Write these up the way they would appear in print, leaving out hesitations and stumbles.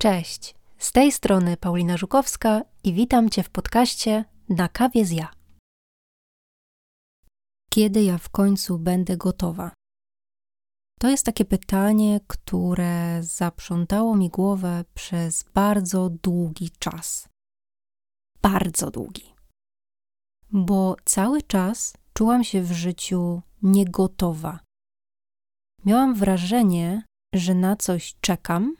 Cześć, z tej strony Paulina Żukowska i witam Cię w podcaście Na kawie z ja. Kiedy ja w końcu będę gotowa? To jest takie pytanie, które zaprzątało mi głowę przez bardzo długi czas. Bardzo długi. Bo cały czas czułam się w życiu niegotowa. Miałam wrażenie, że na coś czekam,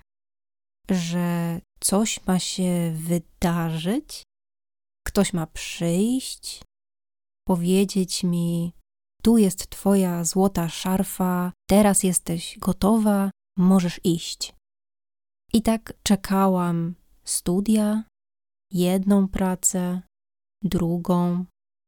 że coś ma się wydarzyć, ktoś ma przyjść, powiedzieć mi: tu jest twoja złota szarfa, teraz jesteś gotowa, możesz iść. I tak czekałam studia, jedną pracę, drugą,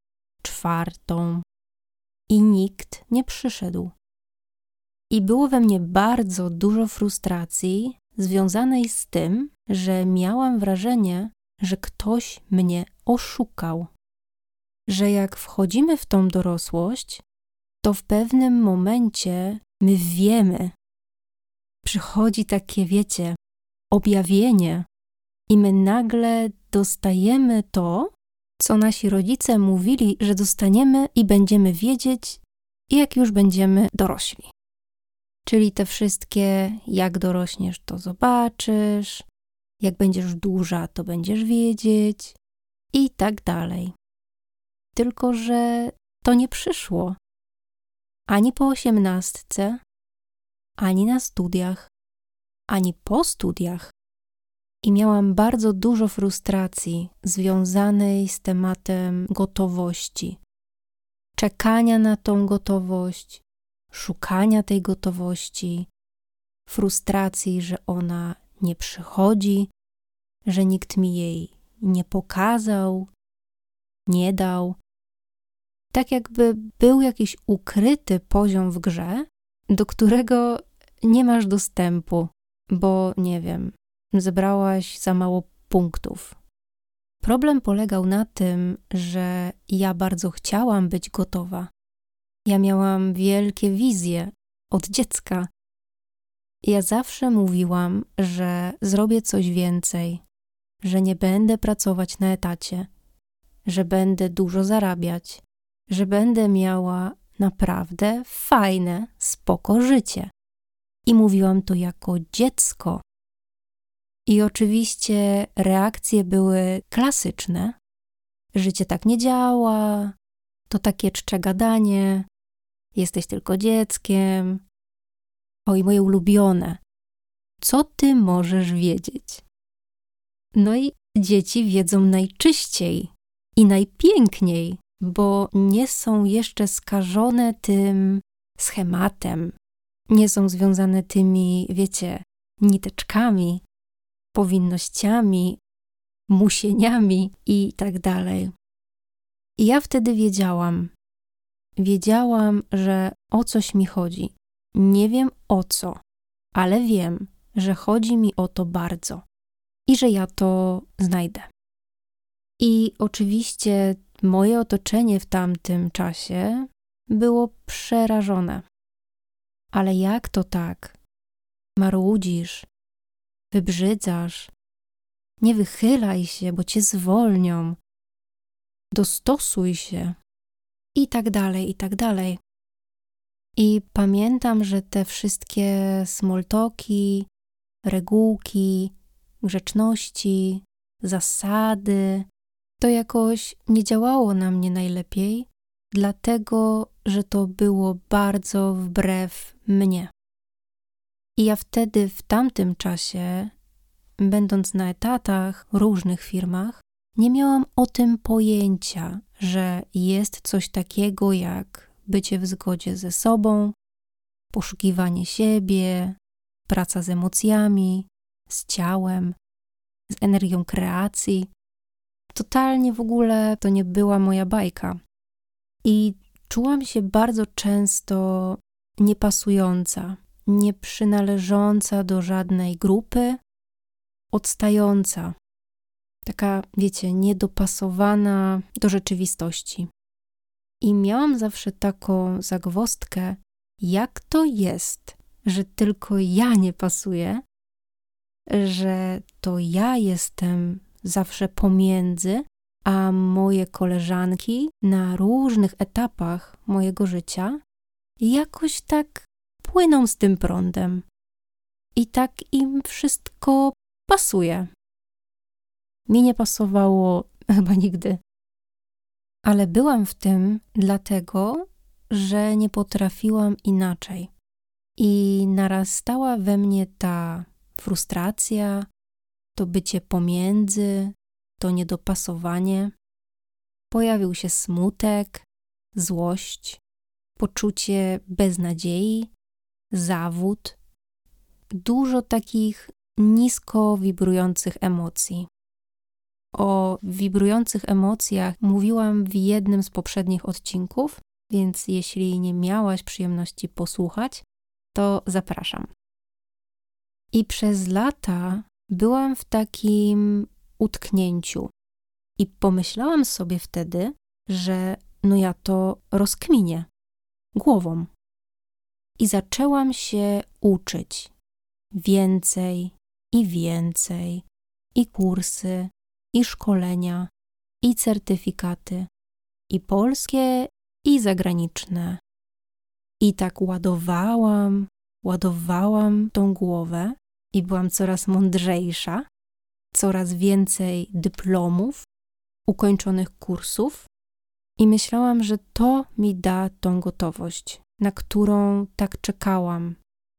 czwartą i nikt nie przyszedł. I było we mnie bardzo dużo frustracji związanej z tym, że miałam wrażenie, że ktoś mnie oszukał. Że jak wchodzimy w tą dorosłość, to w pewnym momencie my wiemy. Przychodzi takie, wiecie, objawienie i my nagle dostajemy to, co nasi rodzice mówili, że dostaniemy i będziemy wiedzieć, jak już będziemy dorośli. Czyli te wszystkie, jak dorośniesz, to zobaczysz, jak będziesz duża, to będziesz wiedzieć i tak dalej. Tylko że to nie przyszło. Ani po 18, ani na studiach, ani po studiach. I miałam bardzo dużo frustracji związanej z tematem gotowości. Czekania na tą gotowość, szukania tej gotowości, frustracji, że ona nie przychodzi, że nikt mi jej nie pokazał, nie dał. Tak jakby był jakiś ukryty poziom w grze, do którego nie masz dostępu, bo nie wiem, zebrałaś za mało punktów. Problem polegał na tym, że ja bardzo chciałam być gotowa. Ja miałam wielkie wizje od dziecka. Ja zawsze mówiłam, że zrobię coś więcej, że nie będę pracować na etacie, że będę dużo zarabiać, że będę miała naprawdę fajne, spoko życie. I mówiłam to jako dziecko. I oczywiście reakcje były klasyczne. Życie tak nie działa, to takie czcze gadanie, jesteś tylko dzieckiem. Oj, moje ulubione. Co ty możesz wiedzieć? No i dzieci wiedzą najczyściej i najpiękniej, bo nie są jeszcze skażone tym schematem. Nie są związane tymi, wiecie, niteczkami, powinnościami, musieniami i tak dalej. I ja wtedy wiedziałam, że o coś mi chodzi. Nie wiem o co, ale wiem, że chodzi mi o to bardzo i że ja to znajdę. I oczywiście moje otoczenie w tamtym czasie było przerażone. Ale jak to tak? Marudzisz, wybrzydzasz, nie wychylaj się, bo cię zwolnią, dostosuj się i tak dalej, i tak dalej. I pamiętam, że te wszystkie small talki, regułki, grzeczności, zasady, to jakoś nie działało na mnie najlepiej, dlatego, że to było bardzo wbrew mnie. I ja wtedy, w tamtym czasie, będąc na etatach w różnych firmach, nie miałam o tym pojęcia, że jest coś takiego jak bycie w zgodzie ze sobą, poszukiwanie siebie, praca z emocjami, z ciałem, z energią kreacji. Totalnie w ogóle to nie była moja bajka. I czułam się bardzo często niepasująca, nieprzynależąca do żadnej grupy, odstająca. Taka, wiecie, niedopasowana do rzeczywistości. I miałam zawsze taką zagwozdkę, jak to jest, że tylko ja nie pasuję, że to ja jestem zawsze pomiędzy, a moje koleżanki na różnych etapach mojego życia jakoś tak płyną z tym prądem i tak im wszystko pasuje. Mi nie pasowało chyba nigdy. Ale byłam w tym dlatego, że nie potrafiłam inaczej. I narastała we mnie ta frustracja, to bycie pomiędzy, to niedopasowanie. Pojawił się smutek, złość, poczucie beznadziei, zawód. Dużo takich nisko wibrujących emocji. O wibrujących emocjach mówiłam w jednym z poprzednich odcinków, więc jeśli nie miałaś przyjemności posłuchać, to zapraszam. I przez lata byłam w takim utknięciu i pomyślałam sobie wtedy, że ja to rozkminię głową. I zaczęłam się uczyć więcej i kursy, i szkolenia, i certyfikaty, i polskie, i zagraniczne. I tak ładowałam tą głowę i byłam coraz mądrzejsza, coraz więcej dyplomów, ukończonych kursów i myślałam, że to mi da tą gotowość, na którą tak czekałam.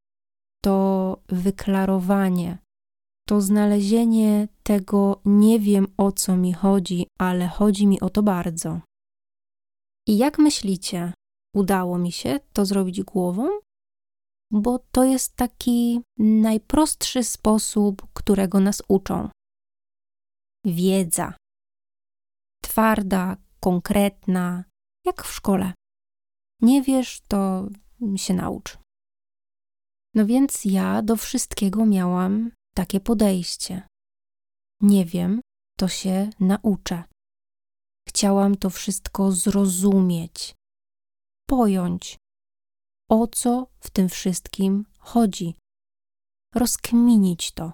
To wyklarowanie, to znalezienie tego nie wiem o co mi chodzi, ale chodzi mi o to bardzo. I jak myślicie, udało mi się to zrobić głową? Bo to jest taki najprostszy sposób, którego nas uczą. Wiedza. Twarda, konkretna, jak w szkole. Nie wiesz, to się naucz. No więc ja do wszystkiego miałam takie podejście. Nie wiem, to się nauczę. Chciałam to wszystko zrozumieć, pojąć, o co w tym wszystkim chodzi. Rozkminić to.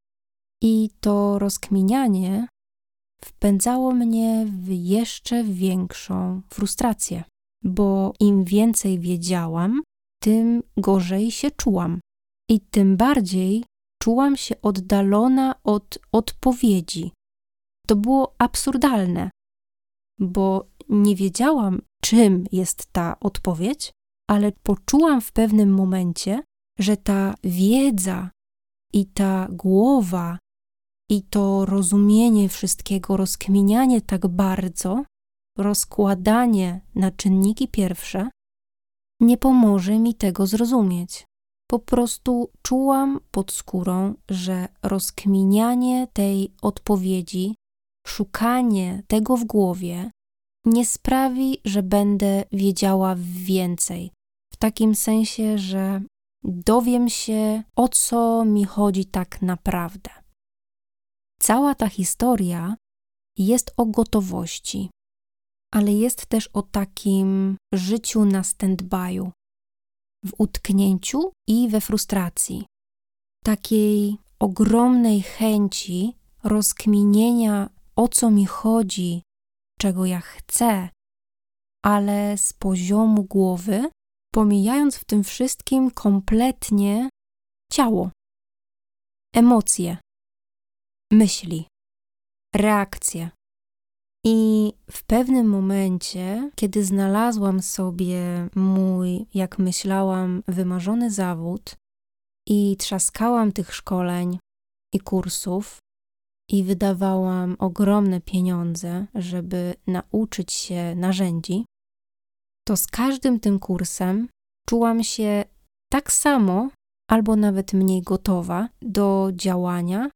I to rozkminianie wpędzało mnie w jeszcze większą frustrację, bo im więcej wiedziałam, tym gorzej się czułam. I tym bardziej czułam się oddalona od odpowiedzi. To było absurdalne, bo nie wiedziałam, czym jest ta odpowiedź, ale poczułam w pewnym momencie, że ta wiedza i ta głowa i to rozumienie wszystkiego, rozkminianie tak bardzo, rozkładanie na czynniki pierwsze nie pomoże mi tego zrozumieć. Po prostu czułam pod skórą, że rozkminianie tej odpowiedzi, szukanie tego w głowie nie sprawi, że będę wiedziała więcej. W takim sensie, że dowiem się, o co mi chodzi tak naprawdę. Cała ta historia jest o gotowości, ale jest też o takim życiu na stand-by'u, w utknięciu i we frustracji. Takiej ogromnej chęci rozkminienia, o co mi chodzi, czego ja chcę, ale z poziomu głowy, pomijając w tym wszystkim kompletnie ciało, emocje, myśli, reakcje. I w pewnym momencie, kiedy znalazłam sobie mój, jak myślałam, wymarzony zawód i trzaskałam tych szkoleń i kursów i wydawałam ogromne pieniądze, żeby nauczyć się narzędzi, to z każdym tym kursem czułam się tak samo albo nawet mniej gotowa do działania,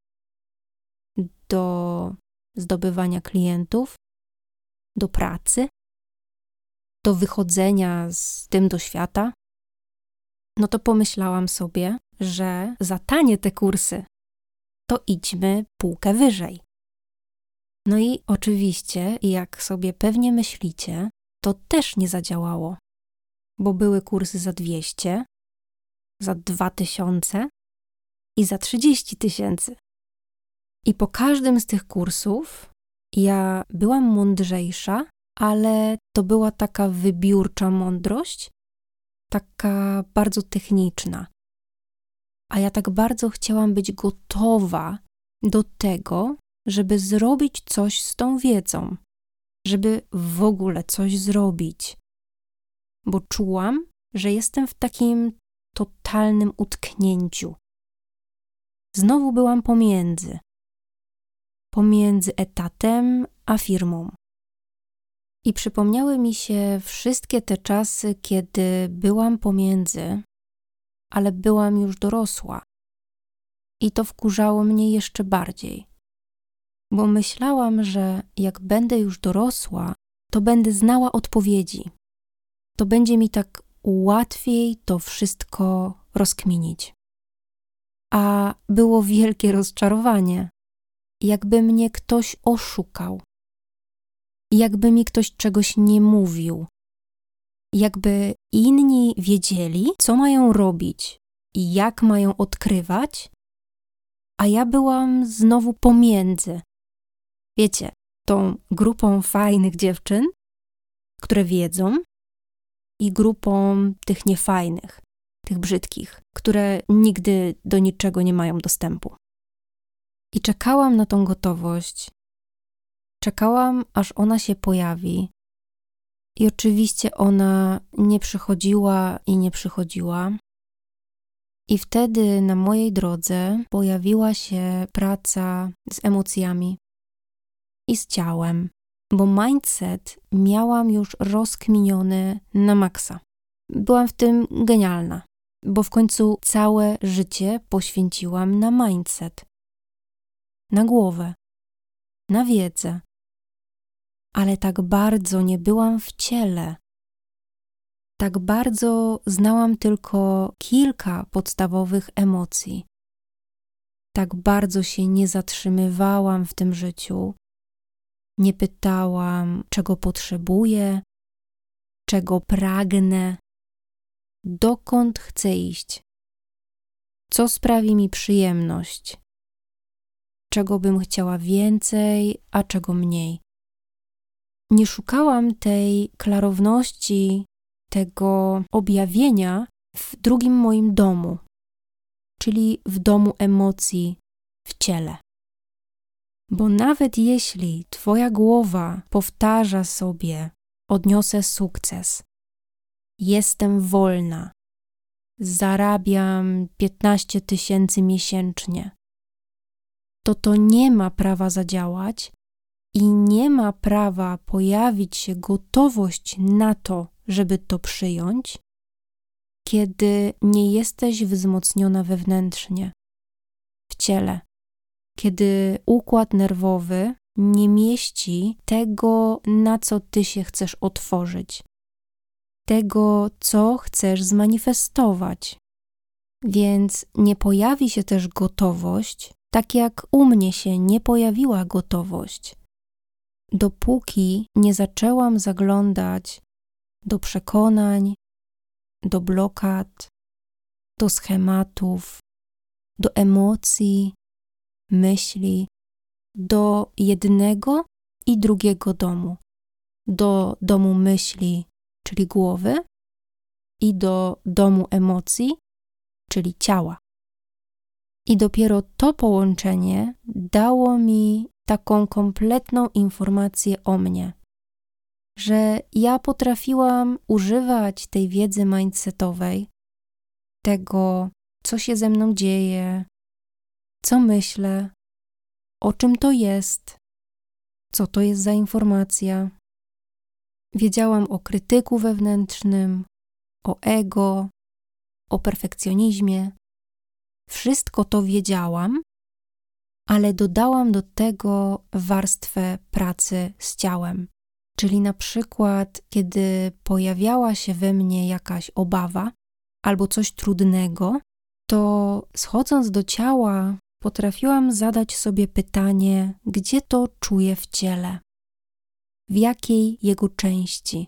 do zdobywania klientów, do pracy, do wychodzenia z tym do świata. No to pomyślałam sobie, że za tanie te kursy, to idźmy półkę wyżej. No i oczywiście, jak sobie pewnie myślicie, to też nie zadziałało, bo były kursy za 200, za 2000, i za 30 000. I po każdym z tych kursów ja byłam mądrzejsza, ale to była taka wybiórcza mądrość, taka bardzo techniczna. A ja tak bardzo chciałam być gotowa do tego, żeby zrobić coś z tą wiedzą, żeby w ogóle coś zrobić. Bo czułam, że jestem w takim totalnym utknięciu. Znowu byłam pomiędzy etatem a firmą. I przypomniały mi się wszystkie te czasy, kiedy byłam pomiędzy, ale byłam już dorosła. I to wkurzało mnie jeszcze bardziej. Bo myślałam, że jak będę już dorosła, to będę znała odpowiedzi. To będzie mi tak łatwiej to wszystko rozkminić. A było wielkie rozczarowanie. Jakby mnie ktoś oszukał. Jakby mi ktoś czegoś nie mówił. Jakby inni wiedzieli, co mają robić i jak mają odkrywać, a ja byłam znowu pomiędzy. Wiecie, tą grupą fajnych dziewczyn, które wiedzą, i grupą tych niefajnych, tych brzydkich, które nigdy do niczego nie mają dostępu. I czekałam na tą gotowość. Czekałam, aż ona się pojawi. I oczywiście ona nie przychodziła i nie przychodziła. I wtedy na mojej drodze pojawiła się praca z emocjami i z ciałem, bo mindset miałam już rozkminiony na maksa. Byłam w tym genialna, bo w końcu całe życie poświęciłam na mindset, na głowę, na wiedzę. Ale tak bardzo nie byłam w ciele. Tak bardzo znałam tylko kilka podstawowych emocji. Tak bardzo się nie zatrzymywałam w tym życiu. Nie pytałam, czego potrzebuję, czego pragnę, dokąd chcę iść, co sprawi mi przyjemność, czego bym chciała więcej, a czego mniej. Nie szukałam tej klarowności, tego objawienia w drugim moim domu, czyli w domu emocji, w ciele. Bo nawet jeśli twoja głowa powtarza sobie: odniosę sukces, jestem wolna, zarabiam 15 000 miesięcznie, to nie ma prawa zadziałać i nie ma prawa pojawić się gotowość na to, żeby to przyjąć, kiedy nie jesteś wzmocniona wewnętrznie, w ciele, kiedy układ nerwowy nie mieści tego, na co ty się chcesz otworzyć, tego, co chcesz zmanifestować. Więc nie pojawi się też gotowość, tak jak u mnie się nie pojawiła gotowość, dopóki nie zaczęłam zaglądać do przekonań, do blokad, do schematów, do emocji, myśli, do jednego i drugiego domu. Do domu myśli, czyli głowy, i do domu emocji, czyli ciała. I dopiero to połączenie dało mi taką kompletną informację o mnie, że ja potrafiłam używać tej wiedzy mindsetowej, tego, co się ze mną dzieje, co myślę, o czym to jest, co to jest za informacja. Wiedziałam o krytyku wewnętrznym, o ego, o perfekcjonizmie. Wszystko to wiedziałam, ale dodałam do tego warstwę pracy z ciałem. Czyli na przykład, kiedy pojawiała się we mnie jakaś obawa albo coś trudnego, to schodząc do ciała potrafiłam zadać sobie pytanie, gdzie to czuję w ciele, w jakiej jego części,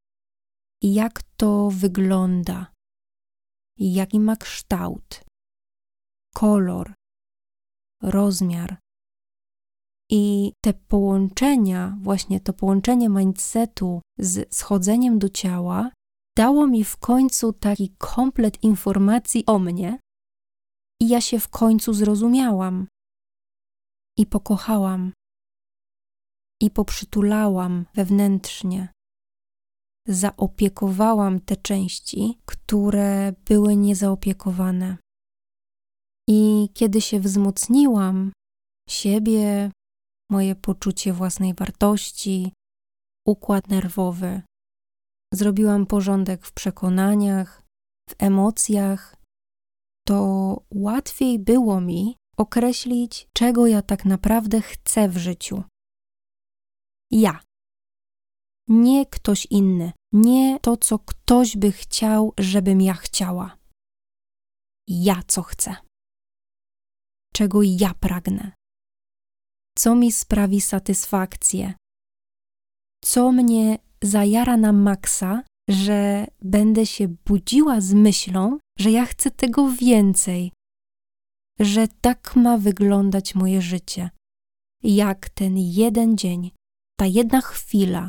jak to wygląda, jaki ma kształt, kolor, rozmiar. I te połączenia, właśnie to połączenie mindsetu z schodzeniem do ciała dało mi w końcu taki komplet informacji o mnie i ja się w końcu zrozumiałam i pokochałam i poprzytulałam wewnętrznie. Zaopiekowałam te części, które były niezaopiekowane. I kiedy się wzmocniłam, siebie, moje poczucie własnej wartości, układ nerwowy, zrobiłam porządek w przekonaniach, w emocjach, to łatwiej było mi określić, czego ja tak naprawdę chcę w życiu. Ja. Nie ktoś inny, nie to, co ktoś by chciał, żebym ja chciała. Ja co chcę. Czego ja pragnę. Co mi sprawi satysfakcję. Co mnie zajara na maksa, że będę się budziła z myślą, że ja chcę tego więcej. Że tak ma wyglądać moje życie. Jak ten jeden dzień, ta jedna chwila.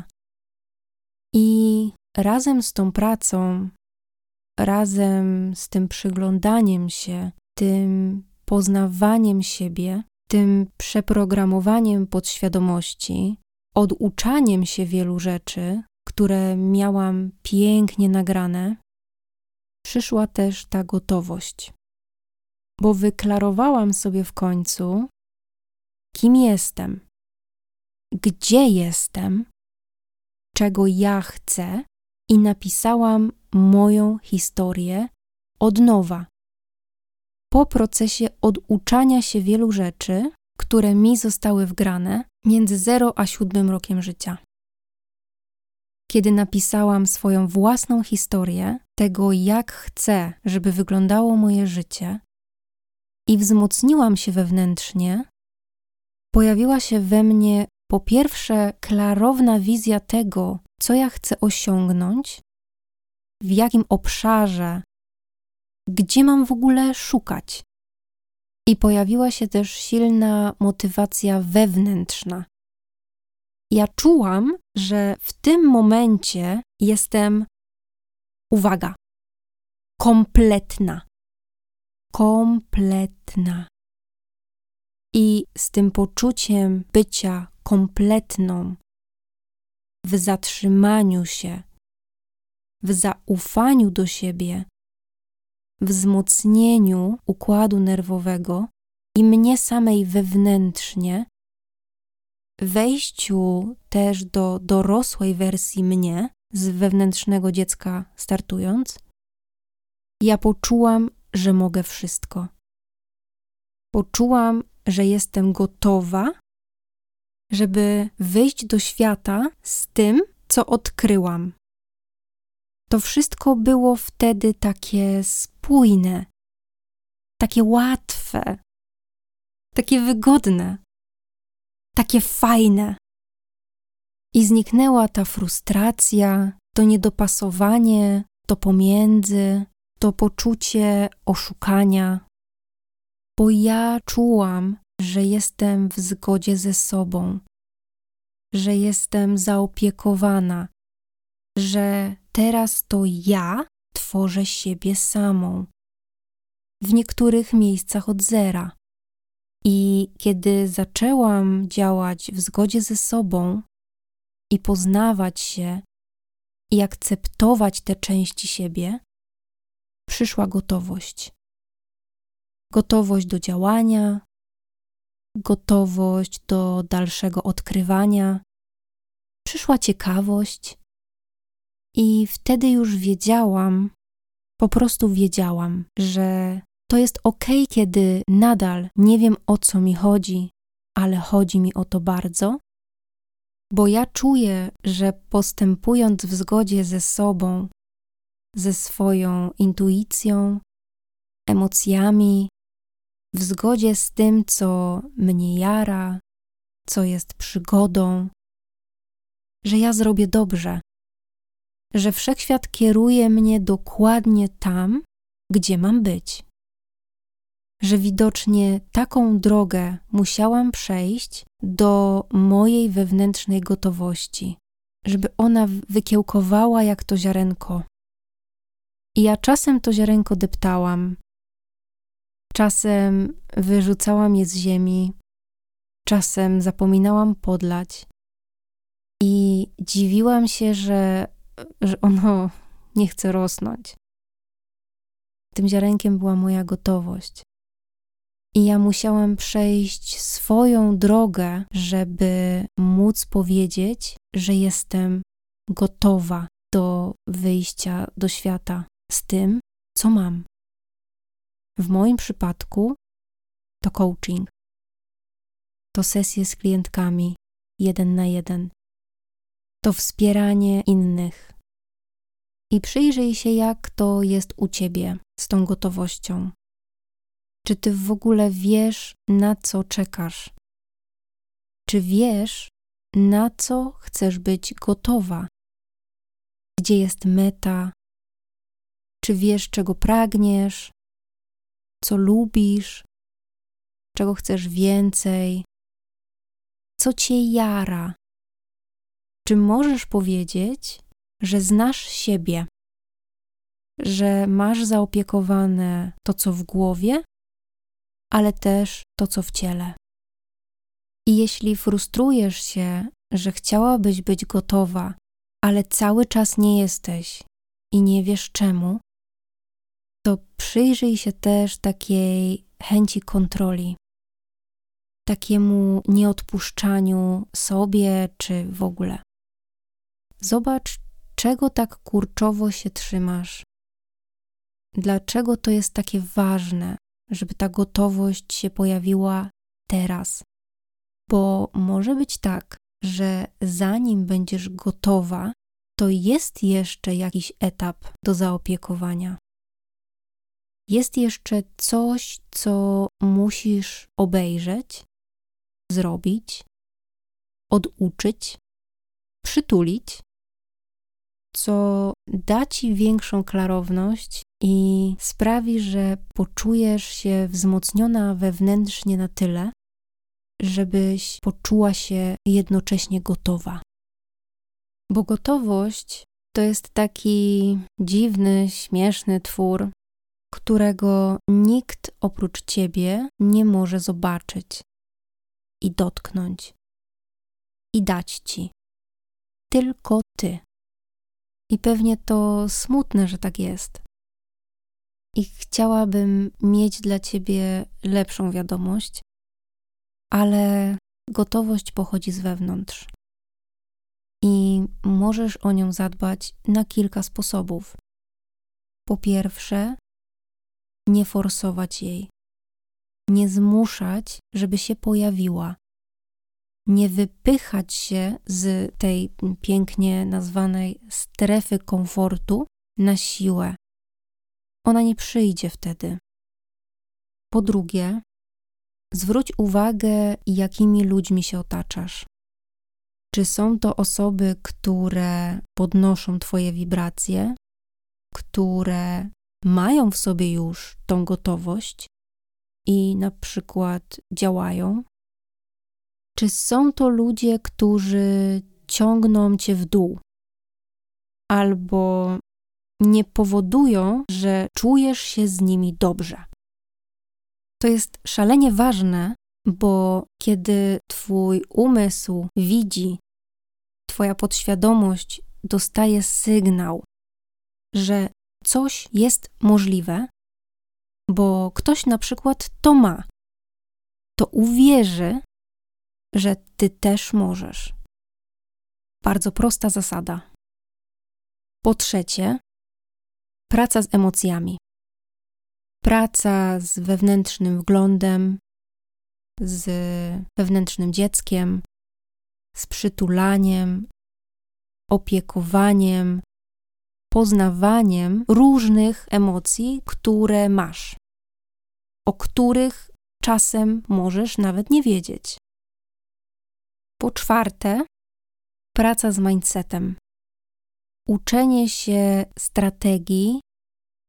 I razem z tą pracą, razem z tym przyglądaniem się, tym poznawaniem siebie, tym przeprogramowaniem podświadomości, oduczaniem się wielu rzeczy, które miałam pięknie nagrane, przyszła też ta gotowość. Bo wyklarowałam sobie w końcu, kim jestem, gdzie jestem, czego ja chcę i napisałam moją historię od nowa. Po procesie oduczania się wielu rzeczy, które mi zostały wgrane między 0 a 7 rokiem życia. Kiedy napisałam swoją własną historię tego, jak chcę, żeby wyglądało moje życie i wzmocniłam się wewnętrznie, pojawiła się we mnie po pierwsze klarowna wizja tego, co ja chcę osiągnąć, w jakim obszarze, gdzie mam w ogóle szukać. I pojawiła się też silna motywacja wewnętrzna. Ja czułam, że w tym momencie jestem, uwaga, kompletna. Kompletna. I z tym poczuciem bycia kompletną, w zatrzymaniu się, w zaufaniu do siebie, wzmocnieniu układu nerwowego i mnie samej wewnętrznie, wejściu też do dorosłej wersji mnie, z wewnętrznego dziecka startując, ja poczułam, że mogę wszystko. Poczułam, że jestem gotowa, żeby wyjść do świata z tym, co odkryłam. To wszystko było wtedy takie spójne, takie łatwe, takie wygodne, takie fajne. I zniknęła ta frustracja, to niedopasowanie, to pomiędzy, to poczucie oszukania, bo ja czułam, że jestem w zgodzie ze sobą, że jestem zaopiekowana, że teraz to ja tworzę siebie samą. W niektórych miejscach od zera. I kiedy zaczęłam działać w zgodzie ze sobą i poznawać się i akceptować te części siebie, przyszła gotowość. Gotowość do działania, gotowość do dalszego odkrywania. Przyszła ciekawość i wtedy już wiedziałam, po prostu wiedziałam, że to jest okej, kiedy nadal nie wiem, o co mi chodzi, ale chodzi mi o to bardzo, bo ja czuję, że postępując w zgodzie ze sobą, ze swoją intuicją, emocjami, w zgodzie z tym, co mnie jara, co jest przygodą, że ja zrobię dobrze, że wszechświat kieruje mnie dokładnie tam, gdzie mam być. że widocznie taką drogę musiałam przejść do mojej wewnętrznej gotowości, żeby ona wykiełkowała jak to ziarenko. I ja czasem to ziarenko deptałam, czasem wyrzucałam je z ziemi, czasem zapominałam podlać i dziwiłam się, że ono nie chce rosnąć. Tym ziarenkiem była moja gotowość. I ja musiałam przejść swoją drogę, żeby móc powiedzieć, że jestem gotowa do wyjścia do świata z tym, co mam. W moim przypadku to coaching. To sesje z klientkami 1 na 1. To wspieranie innych. I przyjrzyj się, jak to jest u Ciebie z tą gotowością. Czy Ty w ogóle wiesz, na co czekasz? Czy wiesz, na co chcesz być gotowa? Gdzie jest meta? Czy wiesz, czego pragniesz? Co lubisz? Czego chcesz więcej? Co Cię jara? Czy możesz powiedzieć, że znasz siebie? Że masz zaopiekowane to, co w głowie, ale też to, co w ciele. I jeśli frustrujesz się, że chciałabyś być gotowa, ale cały czas nie jesteś i nie wiesz czemu, to przyjrzyj się też takiej chęci kontroli, takiemu nieodpuszczaniu sobie czy w ogóle. Zobacz, czego tak kurczowo się trzymasz. Dlaczego to jest takie ważne, żeby ta gotowość się pojawiła teraz? Bo może być tak, że zanim będziesz gotowa, to jest jeszcze jakiś etap do zaopiekowania. Jest jeszcze coś, co musisz obejrzeć, zrobić, oduczyć, przytulić, co da Ci większą klarowność i sprawi, że poczujesz się wzmocniona wewnętrznie na tyle, żebyś poczuła się jednocześnie gotowa. Bo gotowość to jest taki dziwny, śmieszny twór, którego nikt oprócz Ciebie nie może zobaczyć i dotknąć i dać Ci. Tylko Ty. I pewnie to smutne, że tak jest. I chciałabym mieć dla Ciebie lepszą wiadomość, ale gotowość pochodzi z wewnątrz. I możesz o nią zadbać na kilka sposobów. Po pierwsze, nie forsować jej. Nie zmuszać, żeby się pojawiła. Nie wypychać się z tej pięknie nazwanej strefy komfortu na siłę. Ona nie przyjdzie wtedy. Po drugie, zwróć uwagę, jakimi ludźmi się otaczasz. Czy są to osoby, które podnoszą Twoje wibracje, które mają w sobie już tą gotowość i na przykład działają? Czy są to ludzie, którzy ciągną Cię w dół albo nie powodują, że czujesz się z nimi dobrze? To jest szalenie ważne, bo kiedy Twój umysł widzi, Twoja podświadomość dostaje sygnał, że coś jest możliwe, bo ktoś na przykład to ma, to uwierzy, że Ty też możesz. Bardzo prosta zasada. Po trzecie, praca z emocjami. Praca z wewnętrznym wglądem, z wewnętrznym dzieckiem, z przytulaniem, opiekowaniem, poznawaniem różnych emocji, które masz, o których czasem możesz nawet nie wiedzieć. Po czwarte, praca z mindsetem. Uczenie się strategii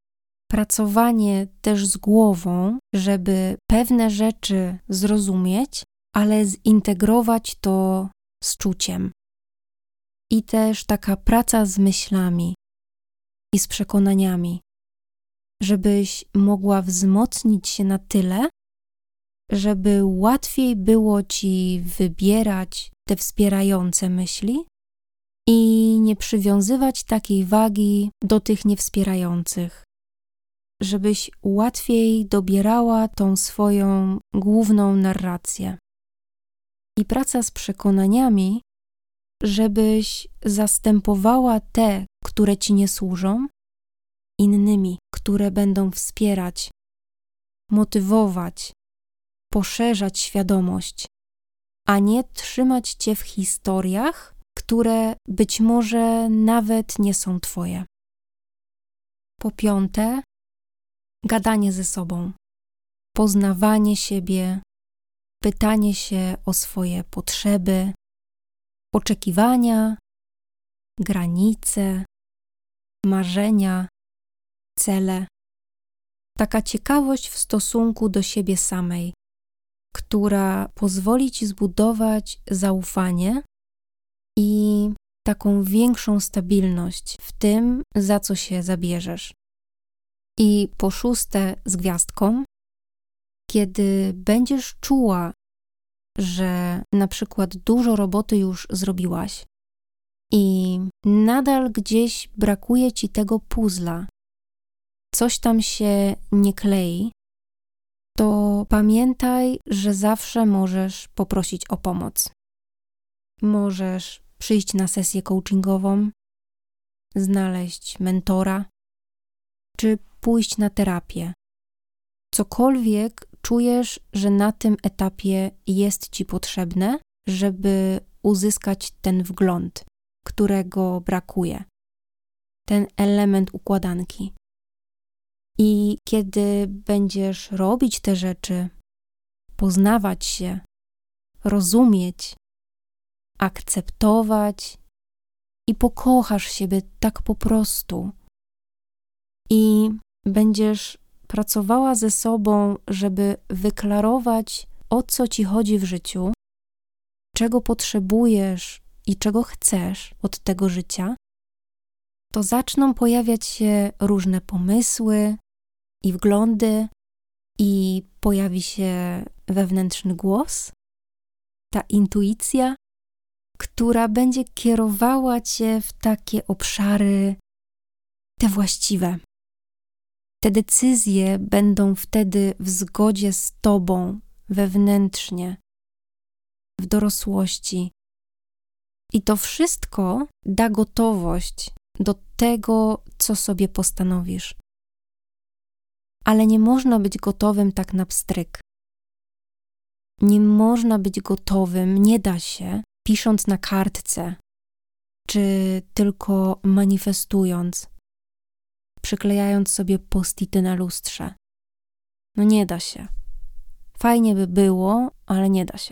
pracowanie też z głową, żeby pewne rzeczy zrozumieć, ale zintegrować to z czuciem. I też taka praca z myślami i z przekonaniami, żebyś mogła wzmocnić się na tyle, żeby łatwiej było ci wybierać te wspierające myśli i nie przywiązywać takiej wagi do tych niewspierających. Żebyś łatwiej dobierała tą swoją główną narrację. I praca z przekonaniami, żebyś zastępowała te, które ci nie służą, innymi, które będą wspierać, motywować, poszerzać świadomość, a nie trzymać cię w historiach, które być może nawet nie są twoje. Po piąte, gadanie ze sobą, poznawanie siebie, pytanie się o swoje potrzeby, oczekiwania, granice, marzenia, cele. Taka ciekawość w stosunku do siebie samej, która pozwoli ci zbudować zaufanie i taką większą stabilność w tym, za co się zabierzesz. I po szóste, z gwiazdką, kiedy będziesz czuła, że na przykład dużo roboty już zrobiłaś i nadal gdzieś brakuje ci tego puzzla, coś tam się nie klei, to pamiętaj, że zawsze możesz poprosić o pomoc. Możesz przyjść na sesję coachingową, znaleźć mentora, czy pójść na terapię. Cokolwiek czujesz, że na tym etapie jest ci potrzebne, żeby uzyskać ten wgląd, którego brakuje. Ten element układanki. I kiedy będziesz robić te rzeczy, poznawać się, rozumieć, akceptować i pokochasz siebie tak po prostu. I będziesz pracowała ze sobą, żeby wyklarować, o co ci chodzi w życiu, czego potrzebujesz i czego chcesz od tego życia, to zaczną pojawiać się różne pomysły i wglądy i pojawi się wewnętrzny głos, ta intuicja, która będzie kierowała cię w takie obszary te właściwe. Te decyzje będą wtedy w zgodzie z tobą wewnętrznie, w dorosłości. I to wszystko da gotowość do tego, co sobie postanowisz. Ale nie można być gotowym tak na pstryk. Nie można być gotowym, nie da się, pisząc na kartce, czy tylko manifestując, przyklejając sobie post-ity na lustrze. No nie da się. Fajnie by było, ale nie da się.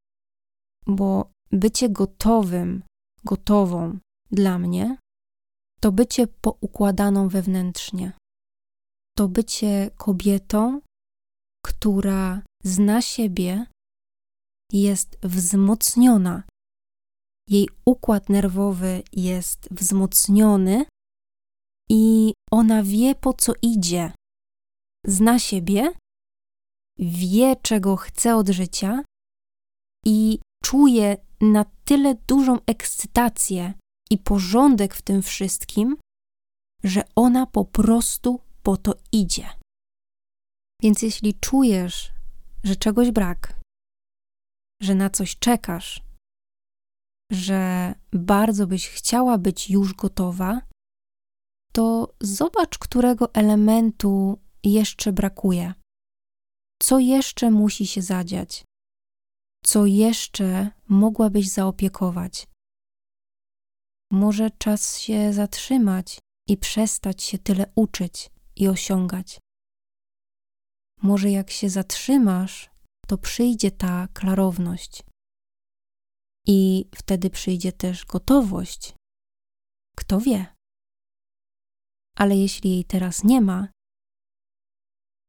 Bo bycie gotowym, gotową dla mnie, to bycie poukładaną wewnętrznie. To bycie kobietą, która zna siebie, jest wzmocniona. Jej układ nerwowy jest wzmocniony i ona wie, po co idzie. Zna siebie, wie, czego chce od życia i czuje na tyle dużą ekscytację i porządek w tym wszystkim, że ona po prostu po to idzie. Więc jeśli czujesz, że czegoś brak, że na coś czekasz, że bardzo byś chciała być już gotowa, to zobacz, którego elementu jeszcze brakuje. Co jeszcze musi się zadziać? Co jeszcze mogłabyś zaopiekować? Może czas się zatrzymać i przestać się tyle uczyć i osiągać. Może jak się zatrzymasz, to przyjdzie ta klarowność. I wtedy przyjdzie też gotowość. Kto wie? Ale jeśli jej teraz nie ma,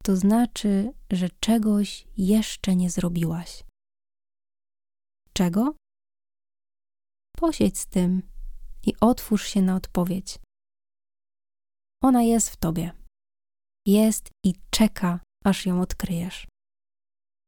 to znaczy, że czegoś jeszcze nie zrobiłaś. Czego? Posiedź z tym i otwórz się na odpowiedź. Ona jest w tobie. Jest i czeka, aż ją odkryjesz.